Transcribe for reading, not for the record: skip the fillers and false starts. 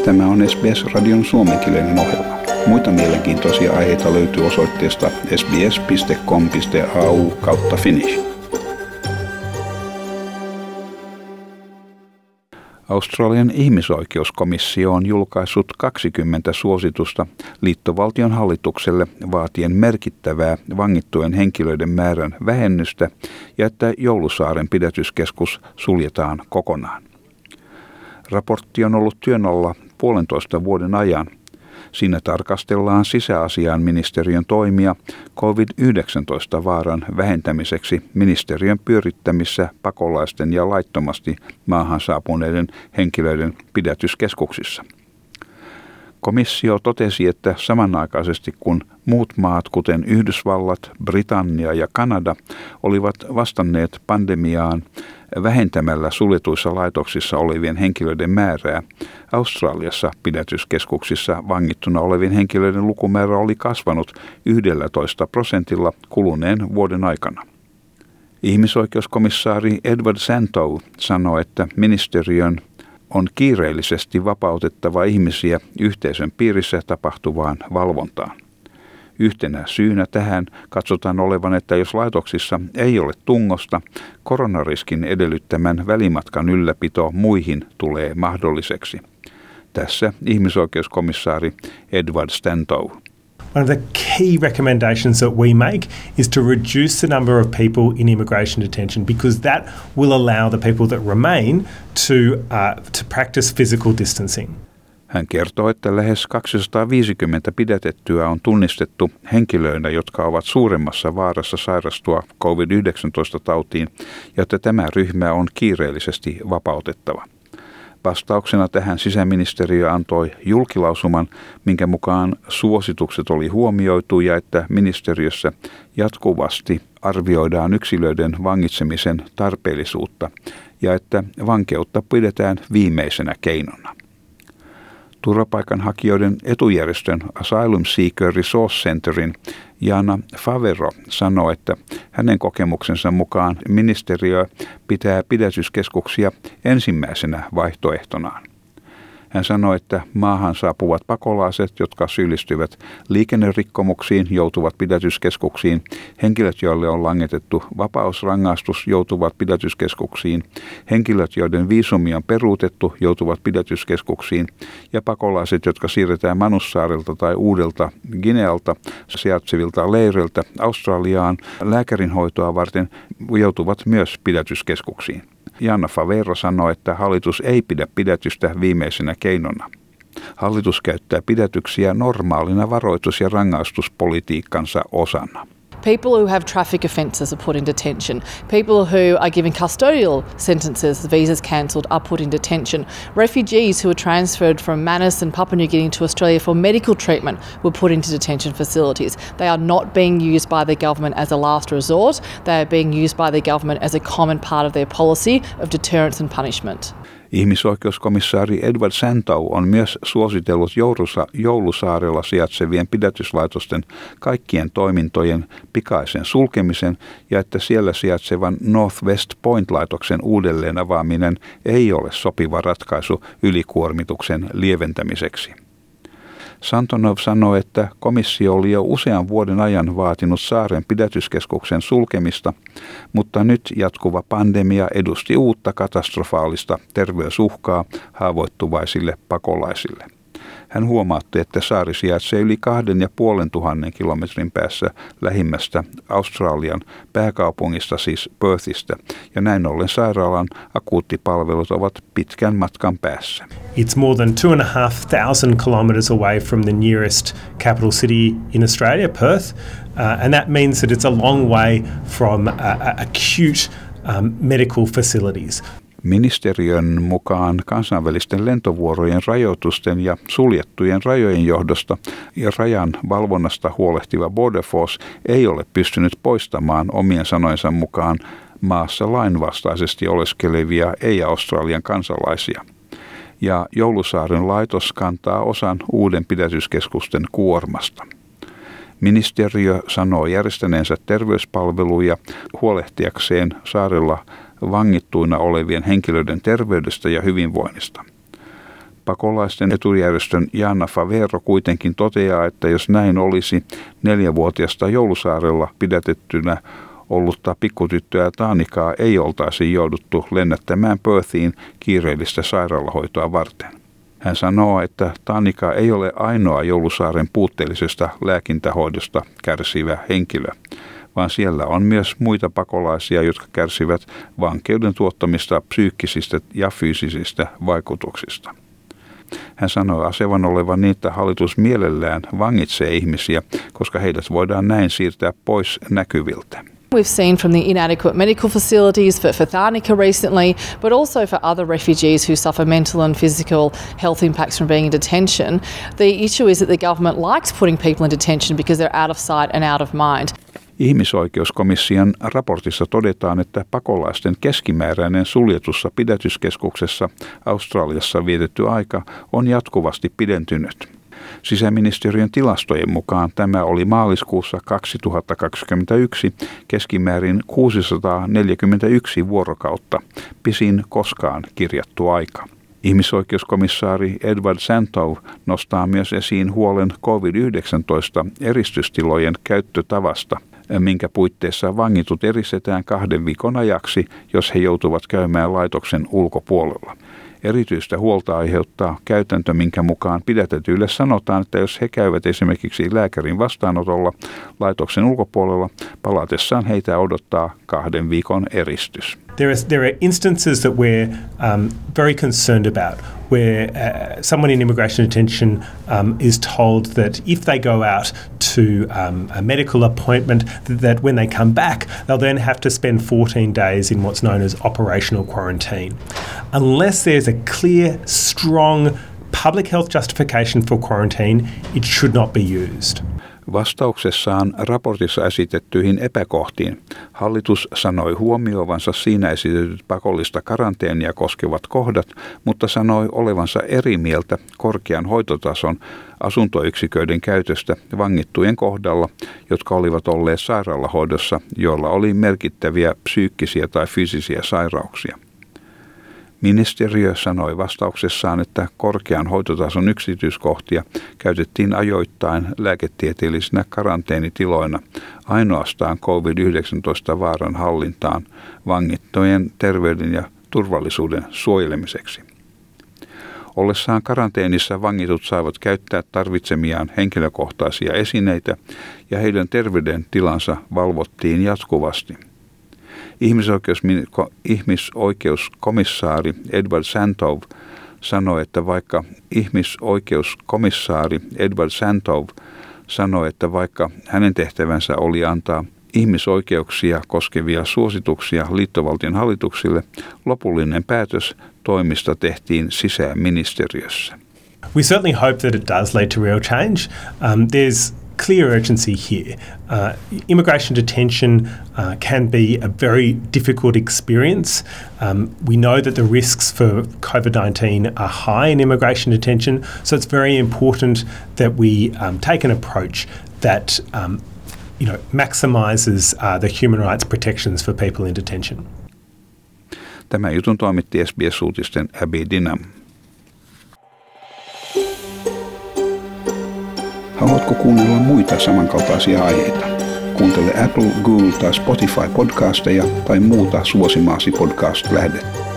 Tämä on SBS-radion suomenkielinen ohjelma. Muita mielenkiintoisia aiheita löytyy osoitteesta sbs.com.au/finnish. Australian ihmisoikeuskomissio on julkaissut 20 suositusta liittovaltion hallitukselle vaatien merkittävää vangittujen henkilöiden määrän vähennystä ja että Joulusaaren pidätyskeskus suljetaan kokonaan. Raportti on ollut työn alla 1,5 vuoden ajan. Siinä tarkastellaan sisäasiainministeriön toimia COVID-19 vaaran vähentämiseksi ministeriön pyörittämissä pakolaisten ja laittomasti maahan saapuneiden henkilöiden pidätyskeskuksissa. Komissio totesi, että samanaikaisesti kun muut maat, kuten Yhdysvallat, Britannia ja Kanada, olivat vastanneet pandemiaan vähentämällä suljetuissa laitoksissa olevien henkilöiden määrää, Australiassa pidätyskeskuksissa vangittuna olevien henkilöiden lukumäärä oli kasvanut 11% kuluneen vuoden aikana. Ihmisoikeuskomissaari Edward Santow sanoi, että ministeriön on kiireellisesti vapautettava ihmisiä yhteisön piirissä tapahtuvaan valvontaan. Yhtenä syynä tähän katsotaan olevan, että jos laitoksissa ei ole tungosta, koronariskin edellyttämän välimatkan ylläpito muihin tulee mahdolliseksi. Tässä ihmisoikeuskomissaari Edward Santow. One of the key recommendations that we make is to reduce the number of people in immigration detention because that will allow the people that remain to practice physical distancing. Hän kertoo, että lähes 250 pidätettyä on tunnistettu henkilöinä, jotka ovat suuremmassa vaarassa sairastua COVID-19-tautiin, ja että tämä ryhmä on kiireellisesti vapautettava. Vastauksena tähän sisäministeriö antoi julkilausuman, minkä mukaan suositukset oli huomioitu ja että ministeriössä jatkuvasti arvioidaan yksilöiden vangitsemisen tarpeellisuutta ja että vankeutta pidetään viimeisenä keinona. Turvapaikanhakijoiden etujärjestön Asylum Seeker Resource Centerin Jana Favero sanoi, että hänen kokemuksensa mukaan ministeriö pitää pidätyskeskuksia ensimmäisenä vaihtoehtonaan. Hän sanoi, että maahan saapuvat pakolaiset, jotka syyllistyvät liikennerikkomuksiin, joutuvat pidätyskeskuksiin, henkilöt, joille on langetettu vapausrangaistus, joutuvat pidätyskeskuksiin, henkilöt, joiden viisumi on peruutettu, joutuvat pidätyskeskuksiin, ja pakolaiset, jotka siirretään Manussaarelta tai Uudelta Ginealta sijaitsevilta leireiltä Australiaan lääkärinhoitoa varten, joutuvat myös pidätyskeskuksiin. Jana Favero sanoi, että hallitus ei pidä pidätystä viimeisenä keinona. Hallitus käyttää pidätyksiä normaalina varoitus- ja rangaistuspolitiikkansa osana. People who have traffic offences are put in detention. People who are given custodial sentences, visas cancelled, are put in detention. Refugees who are transferred from Manus and Papua New Guinea to Australia for medical treatment were put into detention facilities. They are not being used by the government as a last resort. They are being used by the government as a common part of their policy of deterrence and punishment. Ihmisoikeuskomissaari Edward Santow on myös suositellut Joulusaarella sijaitsevien pidätyslaitosten kaikkien toimintojen pikaisen sulkemisen ja että siellä sijaitsevan North West Point-laitoksen uudelleen avaaminen ei ole sopiva ratkaisu ylikuormituksen lieventämiseksi. Santonov sanoi, että komissio oli jo usean vuoden ajan vaatinut saaren pidätyskeskuksen sulkemista, mutta nyt jatkuva pandemia edusti uutta katastrofaalista terveysuhkaa haavoittuvaisille pakolaisille. Hän huomautti, että saari sijaitsee yli 2500 kilometrin päässä lähimmästä Australian pääkaupungista, siis Perthistä, ja näin ollen sairaalan akuuttipalvelut ovat pitkän matkan päässä. It's more than 2,500 kilometres away from the nearest capital city in Australia, Perth, and that means that it's a long way from acute medical facilities. Ministeriön mukaan kansainvälisten lentovuorojen rajoitusten ja suljettujen rajojen johdosta ja rajan valvonnasta huolehtiva Border Force ei ole pystynyt poistamaan omien sanojensa mukaan maassa lainvastaisesti oleskelevia ei-Australian kansalaisia. Ja Joulusaaren laitos kantaa osan uuden pidätyskeskusten kuormasta. Ministeriö sanoo järjestäneensä terveyspalveluja huolehtiakseen saarella vangittuina olevien henkilöiden terveydestä ja hyvinvoinnista. Pakolaisten etujärjestön Jana Favero kuitenkin toteaa, että jos näin olisi, 4-vuotiasta Joulusaarella pidätettynä ollutta pikkutyttöä Tanikaa ei oltaisi jouduttu lennättämään Perthiin kiireellistä sairaalahoitoa varten. Hän sanoo, että Tanika ei ole ainoa Joulusaaren puutteellisesta lääkintähoidosta kärsivä henkilö, vaan siellä on myös muita pakolaisia, jotka kärsivät vankeuden tuottamista psyykkisistä ja fyysisistä vaikutuksista. Hän sanoi asevan olevan niin, että hallitus mielellään vangitsee ihmisiä, koska heidät voidaan näin siirtää pois näkyviltä. We've seen from the inadequate medical facilities for Tharnika recently, but also for other refugees who suffer mental and physical health impacts from being in detention. The issue is that the government likes putting people in detention because they're out of sight and out of mind. Ihmisoikeuskomission raportissa todetaan, että pakolaisten keskimääräinen suljetussa pidätyskeskuksessa Australiassa vietetty aika on jatkuvasti pidentynyt. Sisäministeriön tilastojen mukaan tämä oli maaliskuussa 2021 keskimäärin 641 vuorokautta, pisin koskaan kirjattu aika. Ihmisoikeuskomissaari Edward Santov nostaa myös esiin huolen COVID-19 eristystilojen käyttötavasta, minkä puitteissa vangitut eristetään 2 viikon ajaksi, jos he joutuvat käymään laitoksen ulkopuolella. Erityistä huolta aiheuttaa käytäntö, minkä mukaan pidätetyille sanotaan, että jos he käyvät esimerkiksi lääkärin vastaanotolla laitoksen ulkopuolella, palatessaan heitä odottaa 2 viikon eristys. There are instances that we're very concerned about, where someone in immigration detention is told that if they go out to a medical appointment, that when they come back, they'll then have to spend 14 days in what's known as operational quarantine. Unless there's a clear, strong public health justification for quarantine, it should not be used. Vastauksessaan raportissa esitettyihin epäkohtiin hallitus sanoi huomioivansa siinä esitetyt pakollista karanteenia koskevat kohdat, mutta sanoi olevansa eri mieltä korkean hoitotason asuntoyksiköiden käytöstä vangittujen kohdalla, jotka olivat olleet sairaalahoidossa, joilla oli merkittäviä psyykkisiä tai fyysisiä sairauksia. Ministeriö sanoi vastauksessaan, että korkean hoitotason yksityiskohtia käytettiin ajoittain lääketieteellisinä karanteenitiloina ainoastaan COVID-19 vaaran hallintaan vangittujen terveyden ja turvallisuuden suojelemiseksi. Ollessaan karanteenissa vangitut saivat käyttää tarvitsemiaan henkilökohtaisia esineitä ja heidän terveydentilansa valvottiin jatkuvasti. Ihmisoikeuskomissaari Edward Santov sanoi, että vaikka hänen tehtävänsä oli antaa ihmisoikeuksia koskevia suosituksia liittovaltion hallituksille, lopullinen päätös toimista tehtiin sisäministeriössä. We certainly hope that it does lead to real change. There's clear urgency here. Immigration detention can be a very difficult experience. We know that the risks for COVID-19 are high in immigration detention, so it's very important that we take an approach that maximises the human rights protections for people in detention. Tämä jutun toimitti SBS-uutisten Abby Dinham. Haluatko kuunnella muita samankaltaisia aiheita? Kuuntele Apple, Google tai Spotify podcasteja tai muuta suosimaasi podcast-lähdettä.